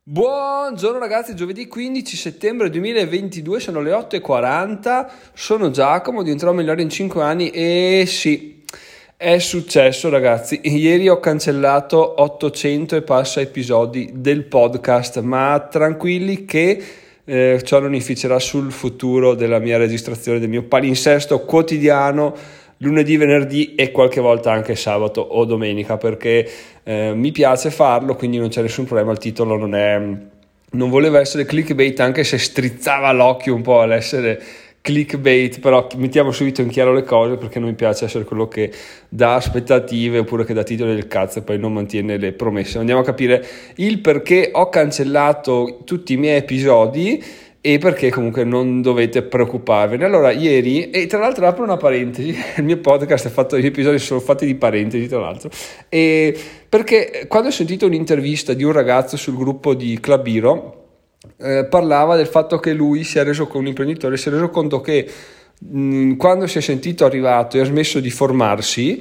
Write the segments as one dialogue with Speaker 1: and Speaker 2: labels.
Speaker 1: Buongiorno ragazzi, giovedì 15 settembre 2022, sono le 8:40, sono Giacomo, diventerò migliore in 5 anni e sì, è successo ragazzi, ieri ho cancellato 800 e passa episodi del podcast, ma tranquilli che ciò non inficerà sul futuro della mia registrazione, del mio palinsesto quotidiano, lunedì, venerdì e qualche volta anche sabato o domenica, perché mi piace farlo, quindi non c'è nessun problema. Il titolo non voleva essere clickbait, anche se strizzava l'occhio un po' all'essere clickbait, però mettiamo subito in chiaro le cose, perché non mi piace essere quello che dà aspettative oppure che dà titoli del cazzo e poi non mantiene le promesse. Andiamo a capire il perché ho cancellato tutti i miei episodi e perché comunque non dovete preoccuparvene. Allora, ieri, e tra l'altro apro una parentesi, il mio podcast è fatto, gli episodi sono fatti di parentesi tra l'altro, e perché quando ho sentito un'intervista di un ragazzo sul gruppo di Club Hero, parlava del fatto che lui un imprenditore si è reso conto che quando si è sentito arrivato e ha smesso di formarsi,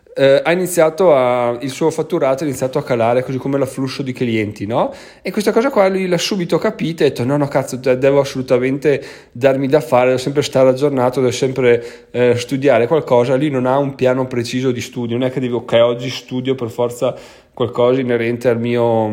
Speaker 1: il suo fatturato è iniziato a calare, così come l'afflusso di clienti, no? E questa cosa qua lui l'ha subito capita e ha detto no cazzo, devo assolutamente darmi da fare, devo sempre stare aggiornato, devo sempre studiare qualcosa. Lui non ha un piano preciso di studio, non è che devo oggi studio per forza qualcosa inerente al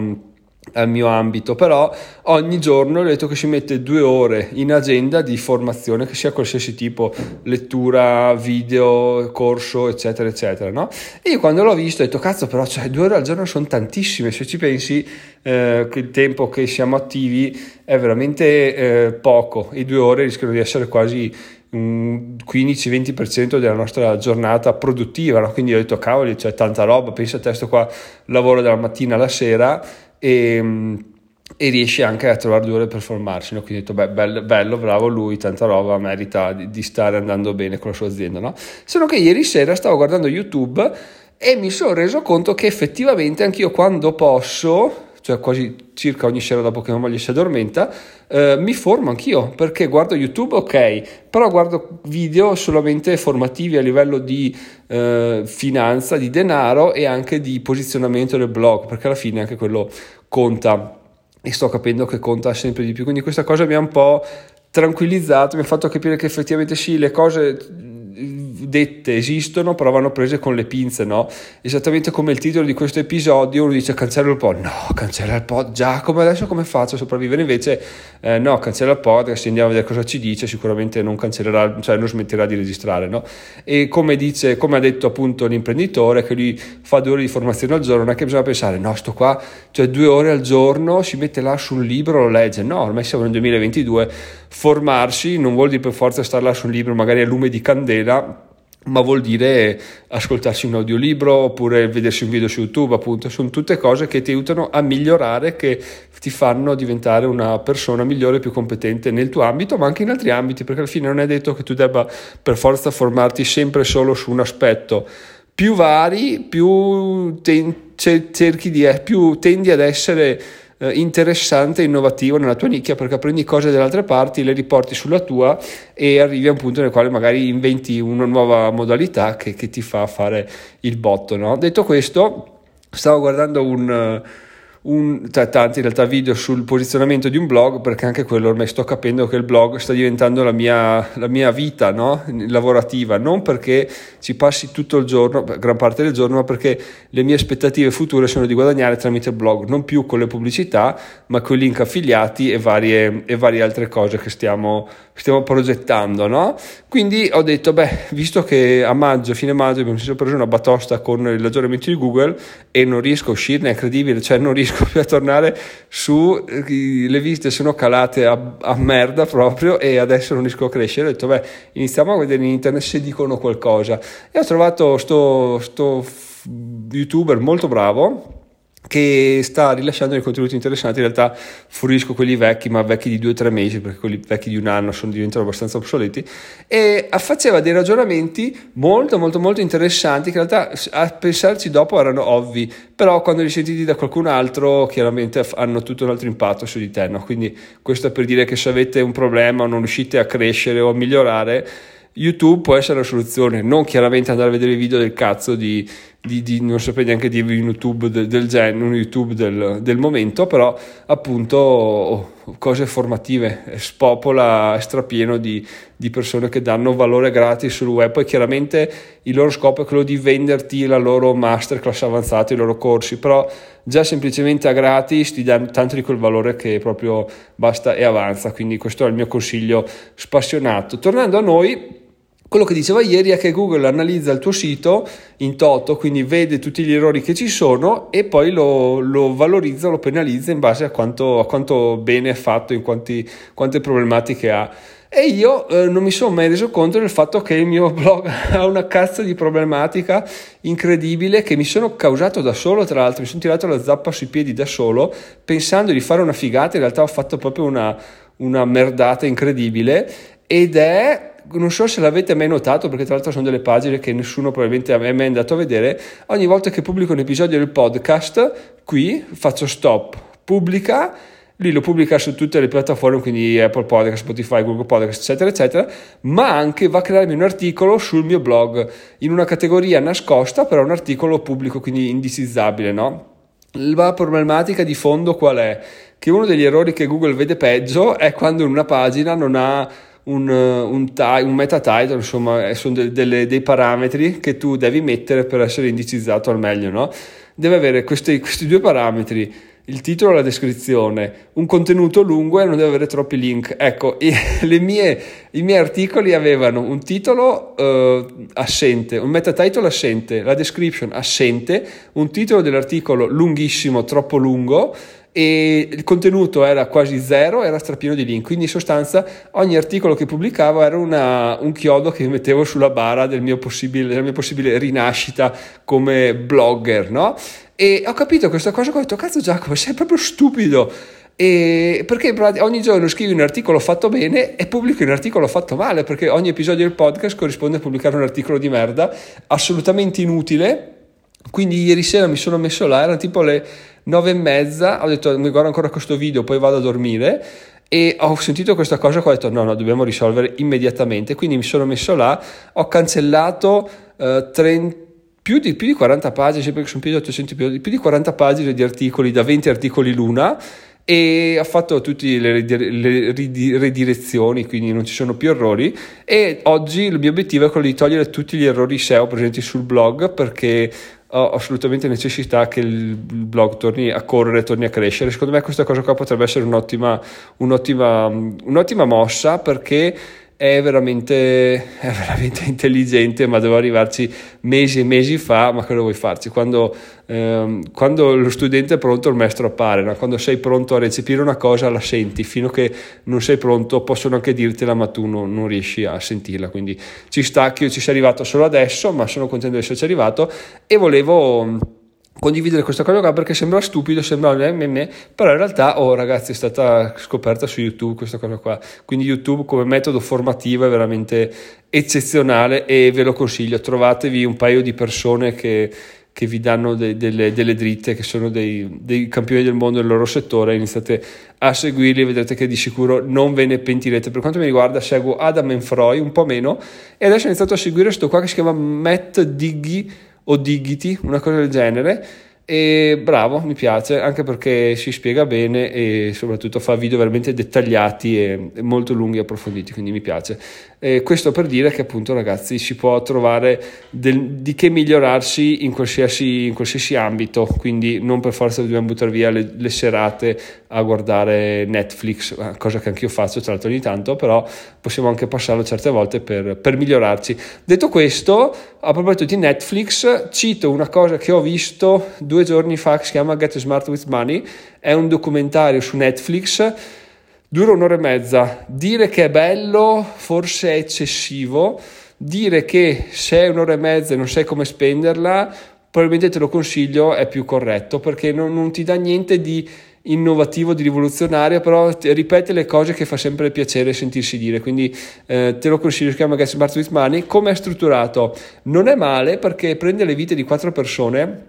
Speaker 1: mio ambito, però ogni giorno ho detto che si mette 2 ore in agenda di formazione, che sia qualsiasi tipo, lettura, video, corso, eccetera eccetera, no? E io quando l'ho visto ho detto cazzo, però 2 ore al giorno sono tantissime, se ci pensi che il tempo che siamo attivi è veramente poco, e 2 ore rischiano di essere quasi un 15-20% della nostra giornata produttiva, no? Quindi ho detto cavoli, c'è tanta roba, pensa a te, sto qua, lavoro dalla mattina alla sera e riesce anche a trovare 2 ore per formarsi, no? Quindi ho detto bello, bravo lui, tanta roba, merita di stare andando bene con la sua azienda, no? Solo che ieri sera stavo guardando YouTube e mi sono reso conto che effettivamente anch'io quando posso, cioè quasi circa ogni sera dopo che mia moglie si addormenta, mi formo anch'io, perché guardo YouTube, ok, però guardo video solamente formativi a livello di finanza, di denaro e anche di posizionamento del blog, perché alla fine anche quello conta e sto capendo che conta sempre di più. Quindi questa cosa mi ha un po' tranquillizzato, mi ha fatto capire che effettivamente sì, le cose dette esistono, però vanno prese con le pinze, no? Esattamente come il titolo di questo episodio, uno dice cancella il pod, no, cancella il pod, Giacomo, adesso come faccio a sopravvivere? Invece no, cancella il podcast, andiamo a vedere cosa ci dice, sicuramente non cancellerà, cioè non smetterà di registrare, no? E come ha detto appunto l'imprenditore, che lui fa 2 ore di formazione al giorno, non è che bisogna pensare no, sto qua, cioè 2 ore al giorno, si mette là su un libro, lo legge, no, ormai siamo nel 2022, formarsi non vuol dire per forza stare là su un libro magari a lume di candela, ma vuol dire ascoltarsi un audiolibro oppure vedersi un video su YouTube, appunto. Sono tutte cose che ti aiutano a migliorare, che ti fanno diventare una persona migliore, più competente nel tuo ambito, ma anche in altri ambiti, perché alla fine non è detto che tu debba per forza formarti sempre solo su un aspetto. Più vari, più tendi ad essere interessante e innovativo nella tua nicchia, perché prendi cose dalle altre parti, le riporti sulla tua e arrivi a un punto nel quale magari inventi una nuova modalità che ti fa fare il botto, no? Detto questo, stavo guardando tanti in realtà video sul posizionamento di un blog, perché anche quello ormai sto capendo che il blog sta diventando la mia vita, no? Lavorativa, non perché ci passi tutto il giorno, gran parte del giorno, ma perché le mie aspettative future sono di guadagnare tramite il blog, non più con le pubblicità, ma con i link affiliati e varie altre cose che stiamo progettando, no? Quindi ho detto, visto che a fine maggio abbiamo preso una batosta con l'aggiornamento di Google e non riesco a uscirne, è incredibile, cioè non riesco più a tornare su, le visite sono calate a merda proprio e adesso non riesco a crescere. Ho detto, iniziamo a vedere in internet se dicono qualcosa, e ho trovato sto youtuber molto bravo che sta rilasciando dei contenuti interessanti. In realtà fuoriesco quelli vecchi, ma vecchi di 2 o 3 mesi, perché quelli vecchi di 1 anno diventano abbastanza obsoleti, e faceva dei ragionamenti molto molto molto interessanti che in realtà a pensarci dopo erano ovvi, però quando li sentiti da qualcun altro chiaramente hanno tutto un altro impatto su di te, no? Quindi questo è per dire che se avete un problema o non riuscite a crescere o a migliorare, YouTube può essere la soluzione, non chiaramente andare a vedere i video del cazzo di non saprei neanche dirvi un YouTube del genere, un YouTube del momento, però appunto cose formative, spopola, è strapieno di persone che danno valore gratis sul web. Poi chiaramente il loro scopo è quello di venderti la loro masterclass avanzata, i loro corsi, però già semplicemente a gratis ti danno tanto di quel valore che proprio basta e avanza. Quindi questo è il mio consiglio spassionato. Tornando a noi, quello che diceva ieri è che Google analizza il tuo sito in toto, quindi vede tutti gli errori che ci sono e poi lo valorizza, lo penalizza in base a quanto bene è fatto, quante problematiche ha. E io non mi sono mai reso conto del fatto che il mio blog ha una cazzo di problematica incredibile che mi sono causato da solo. Tra l'altro mi sono tirato la zappa sui piedi da solo pensando di fare una figata, in realtà ho fatto proprio una merdata incredibile, ed è... Non so se l'avete mai notato, perché tra l'altro sono delle pagine che nessuno probabilmente è mai andato a vedere. Ogni volta che pubblico un episodio del podcast, qui faccio stop, pubblica, lui lo pubblica su tutte le piattaforme, quindi Apple Podcast, Spotify, Google Podcast, eccetera eccetera, ma anche va a crearmi un articolo sul mio blog in una categoria nascosta, però un articolo pubblico, quindi indicizzabile, no? La problematica di fondo qual è? Che uno degli errori che Google vede peggio è quando in una pagina non ha un meta title, insomma sono dei parametri che tu devi mettere per essere indicizzato al meglio, no? Deve avere questi due parametri, il titolo e la descrizione, un contenuto lungo e non deve avere troppi link. Ecco, i miei articoli avevano un titolo assente, un meta title assente, la description assente, un titolo dell'articolo lunghissimo, troppo lungo, e il contenuto era quasi zero, era strapieno di link. Quindi in sostanza ogni articolo che pubblicavo era un chiodo che mettevo sulla bara della mia possibile rinascita come blogger, no? E ho capito questa cosa, ho detto cazzo Giacomo, sei proprio stupido, e perché ogni giorno scrivi un articolo fatto bene e pubblichi un articolo fatto male, perché ogni episodio del podcast corrisponde a pubblicare un articolo di merda assolutamente inutile. Quindi ieri sera mi sono messo là, erano tipo le 9:30, ho detto mi guardo ancora questo video, poi vado a dormire, e ho sentito questa cosa qua, ho detto no, dobbiamo risolvere immediatamente. Quindi mi sono messo là, ho cancellato più di 40 pagine, perché sono più di 800 più di 40 pagine di articoli, da 20 articoli l'una, e ho fatto tutte le redirezioni, quindi non ci sono più errori. E oggi il mio obiettivo è quello di togliere tutti gli errori SEO presenti sul blog, perché ho assolutamente necessità che il blog torni a correre, torni a crescere. Secondo me questa cosa qua potrebbe essere un'ottima mossa, perché è veramente intelligente, ma devo arrivarci mesi e mesi fa. Ma cosa vuoi farci? Quando lo studente è pronto, il maestro appare, no? Quando sei pronto a recepire una cosa la senti, fino a che non sei pronto possono anche dirtela, ma tu non riesci a sentirla. Quindi ci sta che io ci sia arrivato solo adesso, ma sono contento di esserci arrivato, e volevo condividere questa cosa qua perché sembra stupido, sembra però in realtà ragazzi, è stata scoperta su YouTube questa cosa qua. Quindi YouTube come metodo formativo è veramente eccezionale e ve lo consiglio. Trovatevi un paio di persone che vi danno delle dritte, che sono dei campioni del mondo nel loro settore, iniziate a seguirli e vedrete che di sicuro non ve ne pentirete. Per quanto mi riguarda seguo Adam Enfroy, un po' meno, e adesso ho iniziato a seguire sto qua che si chiama Matt Diggy o Diggity, una cosa del genere, e bravo, mi piace, anche perché si spiega bene e soprattutto fa video veramente dettagliati e molto lunghi e approfonditi, quindi mi piace. Questo per dire che appunto ragazzi si può trovare di che migliorarsi in qualsiasi ambito, quindi non per forza dobbiamo buttare via le serate a guardare Netflix, cosa che anch'io faccio tra l'altro ogni tanto, però possiamo anche passarlo certe volte per migliorarci. Detto questo, a proposito di Netflix, cito una cosa che ho visto 2 giorni fa che si chiama Get Smart with Money, è un documentario su Netflix, dura 1 ora e mezza. Dire che è bello forse è eccessivo, dire che se è 1 ora e mezza e non sai come spenderla probabilmente te lo consiglio, è più corretto, perché non ti dà niente di innovativo, di rivoluzionario, però ripete le cose che fa sempre piacere sentirsi dire, quindi te lo consiglio. Si chiama Get Smart with Money. Come è strutturato? Non è male, perché prende le vite di 4 persone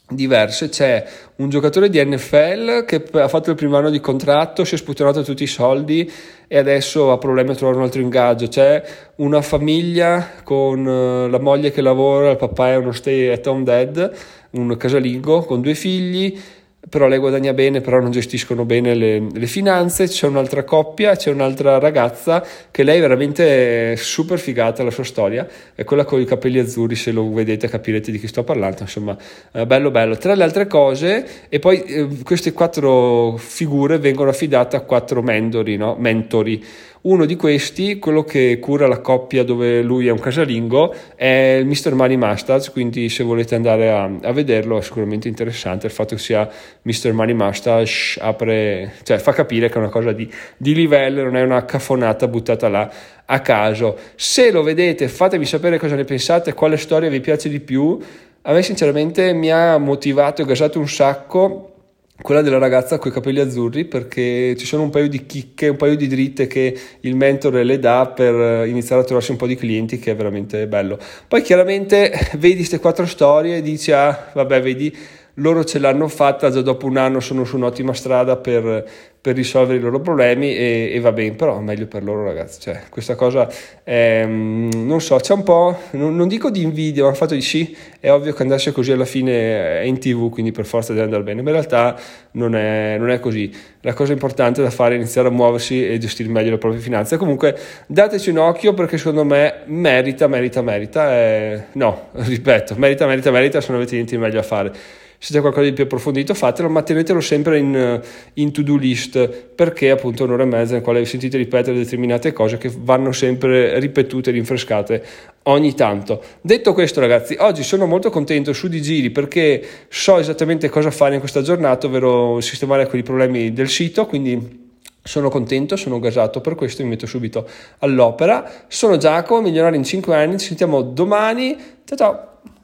Speaker 1: diverse. C'è un giocatore di NFL che ha fatto il primo anno di contratto, si è sputonato tutti i soldi e adesso ha problemi a trovare un altro ingaggio. C'è una famiglia con la moglie che lavora, il papà è uno stay at home dad, un casalingo con 2 figli, però lei guadagna bene, però non gestiscono bene le finanze. C'è un'altra coppia, c'è un'altra ragazza che lei è veramente super figata, la sua storia è quella con i capelli azzurri, se lo vedete capirete di chi sto parlando, insomma bello bello. Tra le altre cose, e poi queste 4 figure vengono affidate a 4 mentori, no? Mentori. Uno di questi, quello che cura la coppia dove lui è un casalingo, è il Mr. Money Mustache, quindi se volete andare a vederlo è sicuramente interessante. Il fatto che sia Mr. Money Mustache fa capire che è una cosa di livello, non è una cafonata buttata là a caso. Se lo vedete fatemi sapere cosa ne pensate, quale storia vi piace di più. A me sinceramente mi ha motivato e gasato un sacco quella della ragazza con i capelli azzurri, perché ci sono un paio di chicche, un paio di dritte che il mentore le dà per iniziare a trovarsi un po' di clienti, che è veramente bello. Poi chiaramente vedi queste 4 storie e dici vabbè, vedi, loro ce l'hanno fatta, già dopo un anno sono su un'ottima strada per risolvere i loro problemi e va bene, però meglio per loro, ragazzi. Cioè, questa cosa non so, c'è un po', non dico di invidia, ma il fatto di sì, è ovvio che andasse così alla fine è in TV, quindi per forza deve andare bene, ma in realtà non è così. La cosa importante da fare è iniziare a muoversi e gestire meglio le proprie finanze. Comunque dateci un occhio, perché secondo me merita, no, ripeto, merita, se non avete niente di meglio a fare. Se c'è qualcosa di più approfondito fatelo, ma tenetelo sempre in to-do list, perché appunto un'ora e mezza nel quale sentite ripetere determinate cose che vanno sempre ripetute e rinfrescate ogni tanto. Detto questo, ragazzi, oggi sono molto contento su di giri, perché so esattamente cosa fare in questa giornata, ovvero sistemare quei problemi del sito, quindi sono contento, sono gasato per questo, mi metto subito all'opera. Sono Giacomo, milionario in 5 anni, ci sentiamo domani, ciao ciao!